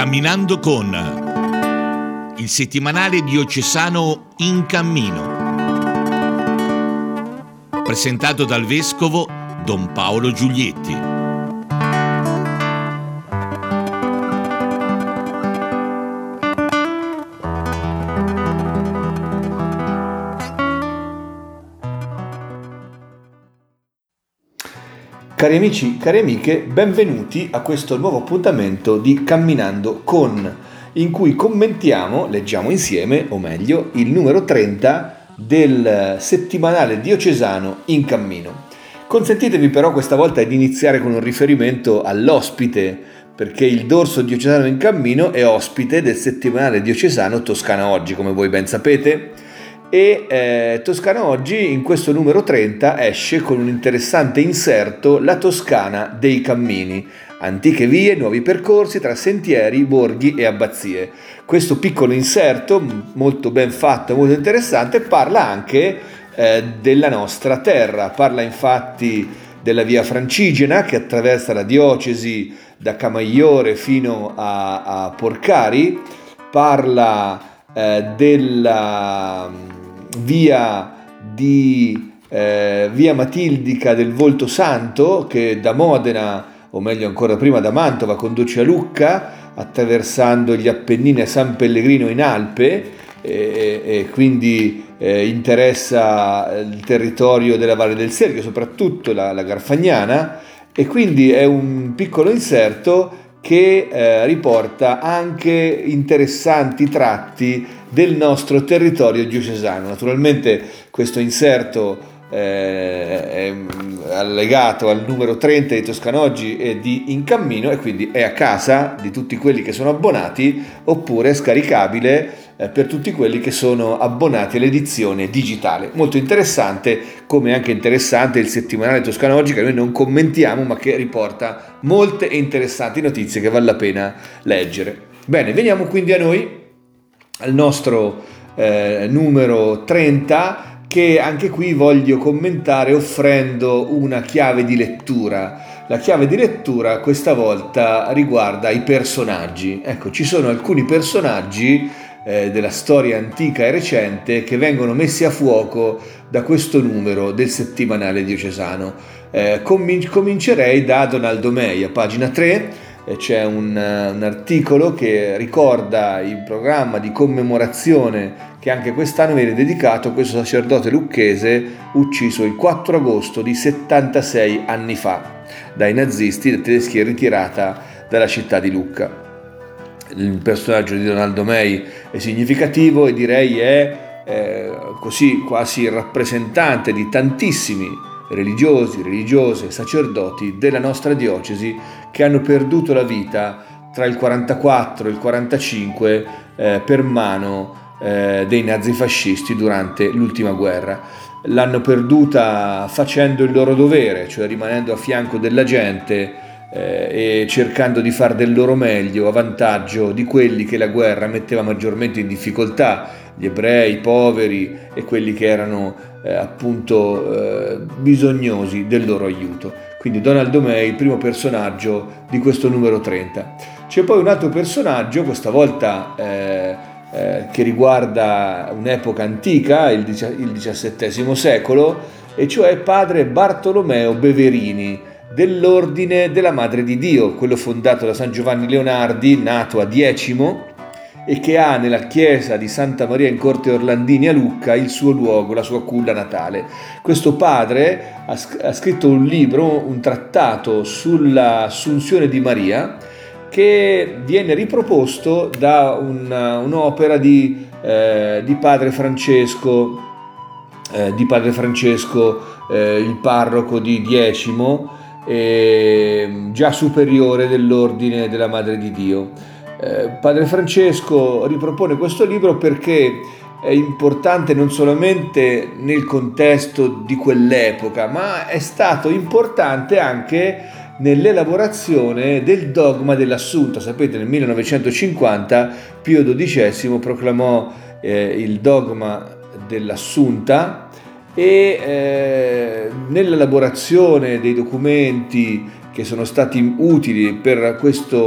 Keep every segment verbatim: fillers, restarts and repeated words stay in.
Camminando con il settimanale diocesano In Cammino, presentato dal vescovo Don Paolo Giulietti. Cari amici, cari amiche, benvenuti a questo nuovo appuntamento di Camminando con, in cui commentiamo, leggiamo insieme, o meglio, il numero trenta del settimanale diocesano In Cammino. Consentitevi però questa volta di iniziare con un riferimento all'ospite, perché il dorso diocesano In Cammino è ospite del settimanale diocesano Toscana Oggi, come voi ben sapete. E eh, Toscana Oggi in questo numero trenta esce con un interessante inserto: La Toscana dei cammini, antiche vie, nuovi percorsi tra sentieri, borghi e abbazie. Questo piccolo inserto, molto ben fatto, molto interessante, parla anche eh, della nostra terra. Parla infatti della via Francigena che attraversa la diocesi da Camaiore fino a, a Porcari. Parla eh, della via di eh, via Matildica del Volto Santo, che da Modena, o meglio ancora prima da Mantova, conduce a Lucca attraversando gli Appennini a San Pellegrino in Alpe, e, e quindi eh, interessa il territorio della Valle del Serchio, soprattutto la, la Garfagnana, e quindi è un piccolo inserto che eh, riporta anche interessanti tratti del nostro territorio diocesano. Naturalmente questo inserto eh, è allegato al numero trenta di Toscana Oggi e di In Cammino, e quindi è a casa di tutti quelli che sono abbonati, oppure scaricabile eh, per tutti quelli che sono abbonati all'edizione digitale. Molto interessante, come anche interessante il settimanale Toscana Oggi, che noi non commentiamo ma che riporta molte e interessanti notizie che vale la pena leggere. Bene, veniamo quindi a noi, al nostro eh, numero trenta, che anche qui voglio commentare offrendo una chiave di lettura. La chiave di lettura questa volta riguarda i personaggi. Ecco, ci sono alcuni personaggi eh, della storia antica e recente che vengono messi a fuoco da questo numero del settimanale diocesano. Eh, comin- comincerei da Donaldo Mei, a pagina tre. C'è un, un articolo che ricorda il programma di commemorazione che anche quest'anno viene dedicato a questo sacerdote lucchese ucciso il quattro agosto di settantasei anni fa dai nazisti, dai tedeschi, ritirata dalla città di Lucca. Il personaggio di Donaldo Mei è significativo e direi è eh, così quasi il rappresentante di tantissimi religiosi, religiose, sacerdoti della nostra diocesi che hanno perduto la vita tra il quarantaquattro e il quarantacinque eh, per mano eh, dei nazifascisti durante l'ultima guerra. L'hanno perduta facendo il loro dovere, cioè rimanendo a fianco della gente eh, e cercando di far del loro meglio a vantaggio di quelli che la guerra metteva maggiormente in difficoltà, gli ebrei, i poveri e quelli che erano eh, appunto eh, bisognosi del loro aiuto. Quindi Donaldo Mei, il primo personaggio di questo numero trenta. C'è poi un altro personaggio, questa volta eh, eh, che riguarda un'epoca antica, il, il diciassettesimo secolo, e cioè padre Bartolomeo Beverini, dell'Ordine della Madre di Dio, quello fondato da San Giovanni Leonardi, nato a Diecimo, e che ha nella chiesa di Santa Maria in Corte Orlandini a Lucca il suo luogo, la sua culla natale. Questo padre ha, ha scritto un libro, un trattato sull'Assunzione di Maria, che viene riproposto da una, un'opera di, eh, di padre Francesco, eh, di padre Francesco, eh, il parroco di Diecimo, eh, già superiore dell'Ordine della Madre di Dio. Eh, padre Francesco ripropone questo libro perché è importante non solamente nel contesto di quell'epoca, ma è stato importante anche nell'elaborazione del dogma dell'Assunta. Sapete, nel millenovecentocinquanta Pio dodicesimo proclamò eh, il dogma dell'Assunta e eh, nell'elaborazione dei documenti che sono stati utili per questo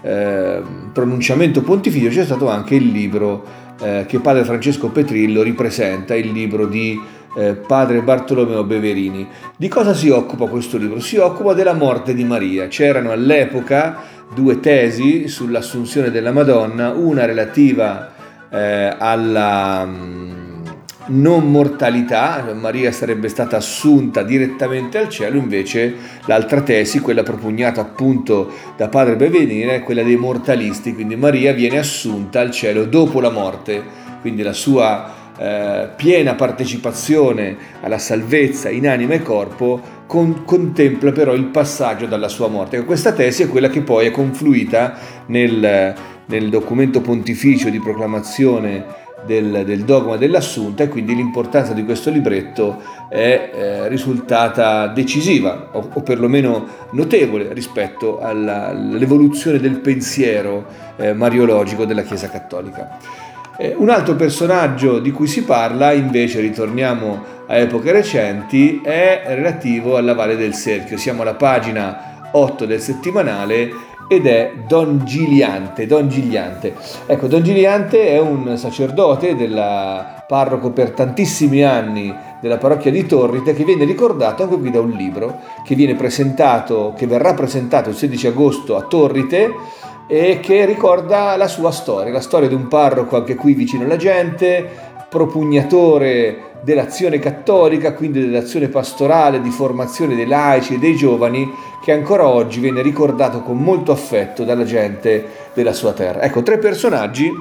eh, pronunciamento pontificio c'è stato anche il libro eh, che padre Francesco Petrillo ripresenta, il libro di eh, padre Bartolomeo Beverini. Di cosa si occupa questo libro? Si occupa della morte di Maria. C'erano all'epoca due tesi sull'assunzione della Madonna, una relativa eh, alla mh, non mortalità, Maria sarebbe stata assunta direttamente al cielo, invece l'altra tesi, quella propugnata appunto da padre Beverini, è quella dei mortalisti, quindi Maria viene assunta al cielo dopo la morte, quindi la sua eh, piena partecipazione alla salvezza in anima e corpo con, contempla però il passaggio dalla sua morte. Questa tesi è quella che poi è confluita nel, nel documento pontificio di proclamazione Del, del dogma dell'assunta, e quindi l'importanza di questo libretto è eh, risultata decisiva o, o perlomeno notevole rispetto alla, all'evoluzione del pensiero eh, mariologico della Chiesa Cattolica. Eh, un altro personaggio di cui si parla, invece ritorniamo a epoche recenti, è relativo alla Valle del Serchio. Siamo alla pagina otto del settimanale ed è Don Giliante. Don Giliante. Ecco, Don Giliante è un sacerdote, della parroco per tantissimi anni della parrocchia di Torrite, che viene ricordato anche qui da un libro che viene presentato, che verrà presentato il sedici agosto a Torrite, e che ricorda la sua storia, la storia di un parroco anche qui vicino alla gente, propugnatore dell'azione cattolica, quindi dell'azione pastorale di formazione dei laici e dei giovani, che ancora oggi viene ricordato con molto affetto dalla gente della sua terra. Ecco, tre personaggi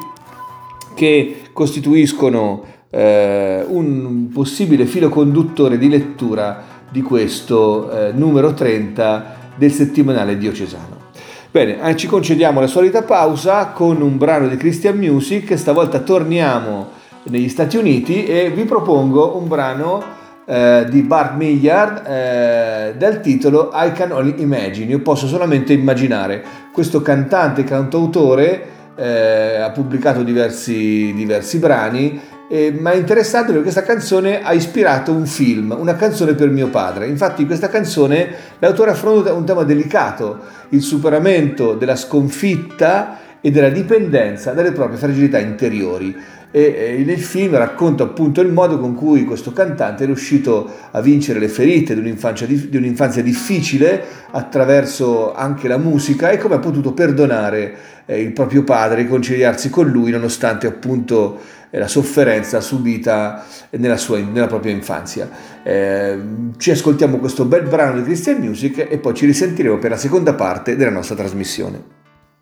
che costituiscono eh, un possibile filo conduttore di lettura di questo eh, numero trenta del settimanale diocesano. Bene, eh, ci concediamo la solita pausa con un brano di Christian Music. Stavolta torniamo negli Stati Uniti e vi propongo un brano eh, di Bart Millard eh, dal titolo I Can Only Imagine. Io posso solamente immaginare. Questo cantante, cantautore eh, ha pubblicato diversi, diversi brani, eh, ma è interessante perché questa canzone ha ispirato un film, Una canzone per mio padre. Infatti in questa canzone l'autore affronta un tema delicato, il superamento della sconfitta e della dipendenza dalle proprie fragilità interiori. E nel film racconta appunto il modo con cui questo cantante è riuscito a vincere le ferite di un'infanzia, di un'infanzia difficile attraverso anche la musica, e come ha potuto perdonare il proprio padre, riconciliarsi con lui nonostante appunto la sofferenza subita nella, sua, nella propria infanzia. Eh, ci ascoltiamo questo bel brano di Christian Music e poi ci risentiremo per la seconda parte della nostra trasmissione.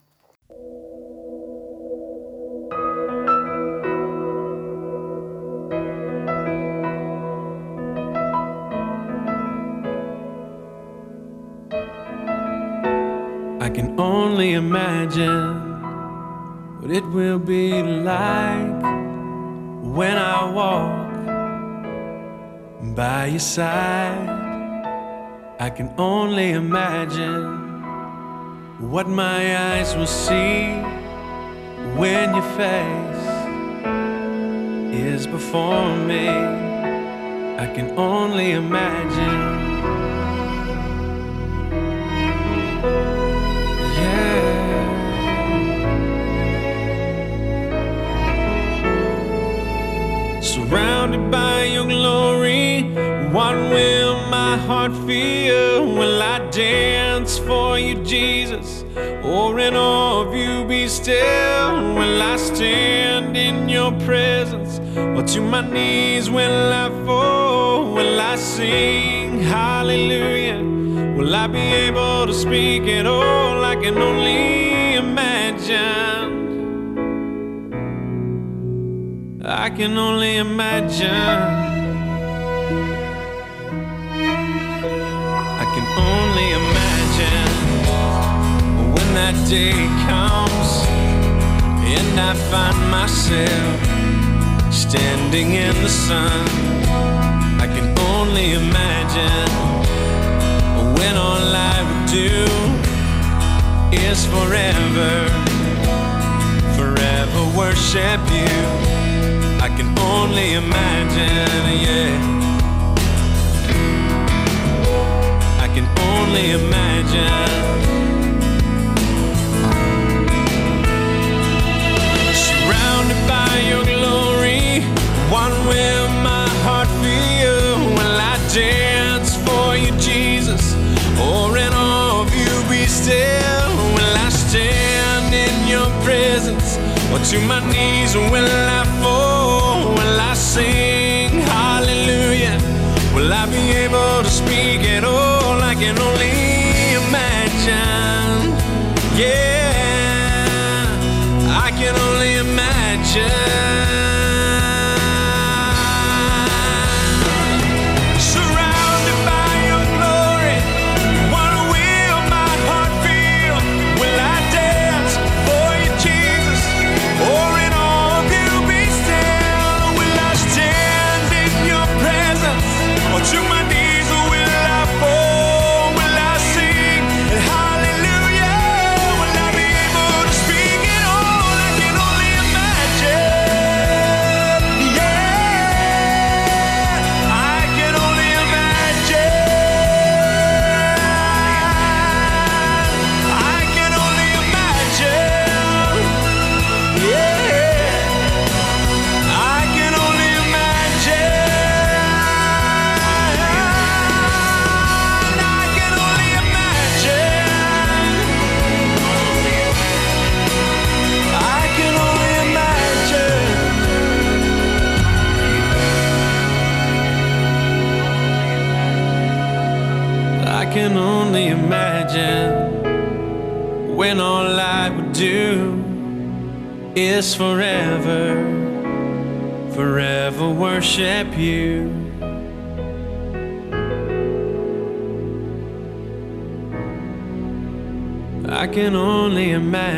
I can only imagine what it will be like when I walk by your side. I can only imagine what my eyes will see when your face is before me. I can only imagine. Surrounded by your glory, what will my heart feel? Will I dance for you, Jesus, or in awe of you be still? Will I stand in your presence, or to my knees will I fall? Will I sing hallelujah? Will I be able to speak at all? I can only imagine. I can only imagine. I can only imagine when that day comes and I find myself standing in the sun. I can only imagine when all I would do is forever, forever worship you. I can only imagine, yeah. I can only imagine. or to my knees will I fall? Will I sing hallelujah? Will I be able to speak at all? I can only imagine. Yeah, I can only imagine. I can only imagine when all I would do is forever, forever worship you. I can only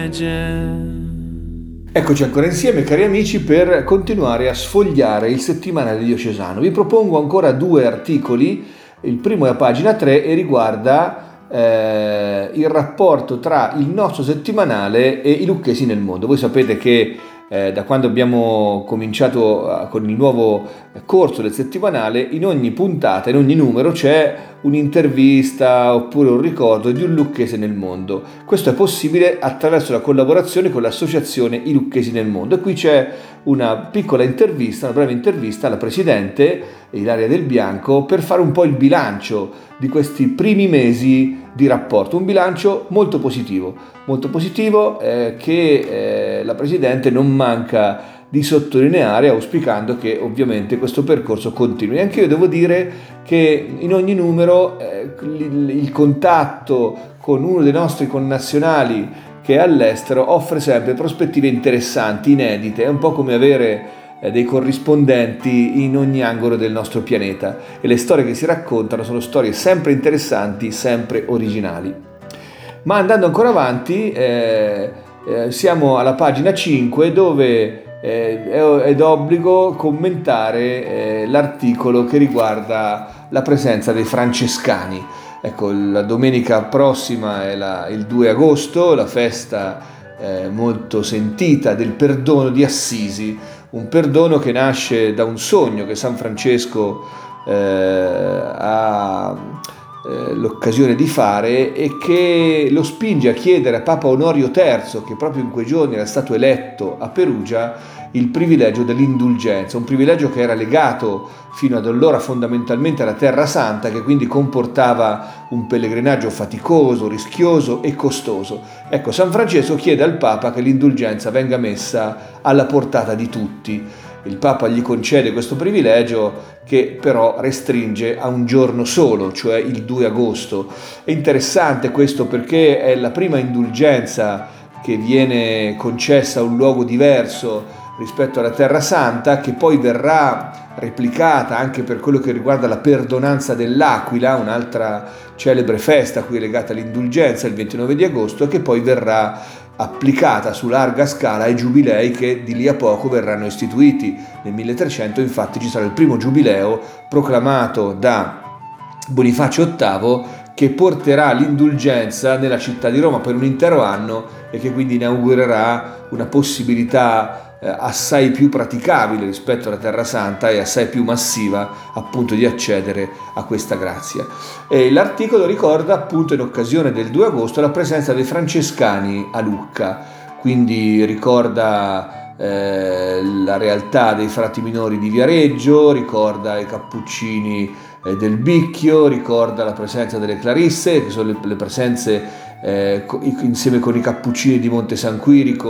imagine. Eccoci ancora insieme, cari amici, per continuare a sfogliare il settimanale diocesano. Vi propongo ancora due articoli. Il primo è a pagina tre e riguarda eh, il rapporto tra il nostro settimanale e i lucchesi nel mondo. Voi sapete che eh, da quando abbiamo cominciato con il nuovo corso del settimanale, in ogni puntata, in ogni numero c'è un'intervista oppure un ricordo di un lucchese nel mondo. Questo è possibile attraverso la collaborazione con l'associazione I Lucchesi nel Mondo, e qui c'è una piccola intervista, una breve intervista alla presidente Ilaria Del Bianco per fare un po' il bilancio di questi primi mesi di rapporto, un bilancio molto positivo, molto positivo eh, che eh, la presidente non manca di sottolineare, auspicando che ovviamente questo percorso continui. E anche io devo dire che in ogni numero eh, il, il contatto con uno dei nostri connazionali che è all'estero offre sempre prospettive interessanti, inedite. È un po' come avere eh, dei corrispondenti in ogni angolo del nostro pianeta, e le storie che si raccontano sono storie sempre interessanti, sempre originali. Ma andando ancora avanti eh, eh, siamo alla pagina cinque, dove Eh, è d'obbligo commentare eh, l'articolo che riguarda la presenza dei francescani. Ecco, la domenica prossima è la, il due agosto, la festa eh, molto sentita del perdono di Assisi, un perdono che nasce da un sogno che San Francesco eh, ha eh, l'occasione di fare, e che lo spinge a chiedere a Papa Onorio terzo, che proprio in quei giorni era stato eletto a Perugia, il privilegio dell'indulgenza, un privilegio che era legato fino ad allora fondamentalmente alla Terra Santa, che quindi comportava un pellegrinaggio faticoso, rischioso e costoso. Ecco, San Francesco chiede al Papa che l'indulgenza venga messa alla portata di tutti. Il Papa gli concede questo privilegio, che però restringe a un giorno solo, cioè il due agosto. È interessante questo perché è la prima indulgenza che viene concessa a un luogo diverso rispetto alla Terra Santa, che poi verrà replicata anche per quello che riguarda la perdonanza dell'Aquila, un'altra celebre festa a cui è legata l'indulgenza, il ventinove di agosto, e che poi verrà applicata su larga scala ai giubilei che di lì a poco verranno istituiti. Nel milletrecento infatti ci sarà il primo giubileo proclamato da Bonifacio ottavo, che porterà l'indulgenza nella città di Roma per un intero anno, e che quindi inaugurerà una possibilità assai più praticabile rispetto alla Terra Santa e assai più massiva appunto di accedere a questa grazia. E l'articolo ricorda appunto in occasione del due agosto la presenza dei francescani a Lucca, quindi ricorda eh, la realtà dei frati minori di Viareggio, ricorda i cappuccini eh, del Bicchio, ricorda la presenza delle Clarisse, che sono le, le presenze eh, insieme con i cappuccini di Monte San Quirico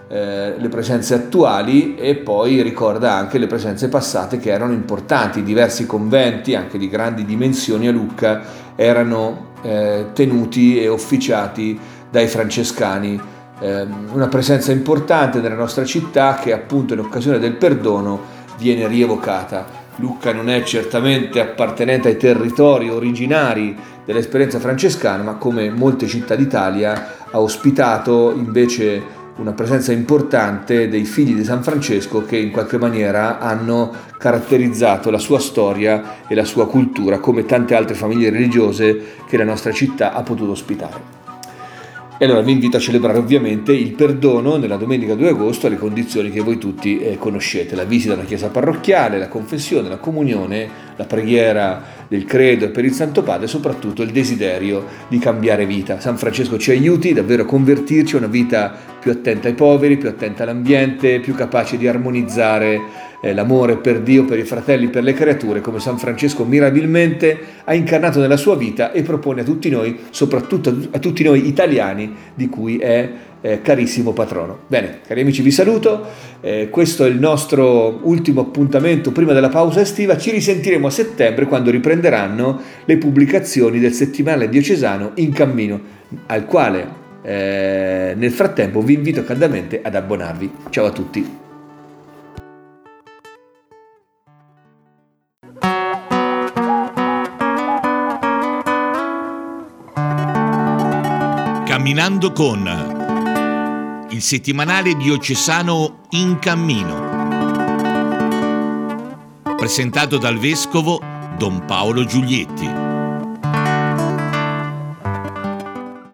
eh, le presenze attuali e poi ricorda anche le presenze passate che erano importanti. Diversi conventi, anche di grandi dimensioni a Lucca, erano eh, tenuti e officiati dai francescani. Eh, una presenza importante nella nostra città che appunto in occasione del perdono viene rievocata. Lucca non è certamente appartenente ai territori originari dell'esperienza francescana, ma come molte città d'Italia ha ospitato invece una presenza importante dei figli di San Francesco che in qualche maniera hanno caratterizzato la sua storia e la sua cultura, come tante altre famiglie religiose che la nostra città ha potuto ospitare. E allora vi invito a celebrare ovviamente il perdono nella domenica due agosto alle condizioni che voi tutti eh, conoscete: la visita alla chiesa parrocchiale, la confessione, la comunione, la preghiera del credo e per il Santo Padre e soprattutto il desiderio di cambiare vita. San Francesco ci aiuti davvero a convertirci a una vita più attenta ai poveri, più attenta all'ambiente, più capace di armonizzare eh, l'amore per Dio, per i fratelli, per le creature, come San Francesco mirabilmente ha incarnato nella sua vita e propone a tutti noi, soprattutto a tutti noi italiani, di cui è eh, carissimo patrono. Bene, cari amici, vi saluto. Eh, questo è il nostro ultimo appuntamento prima della pausa estiva. Ci risentiremo a settembre, quando riprenderanno le pubblicazioni del settimanale diocesano In Cammino, al quale eh, nel frattempo vi invito caldamente ad abbonarvi. Ciao a tutti. Camminando con il settimanale diocesano In Cammino, presentato dal vescovo Don Paolo Giulietti.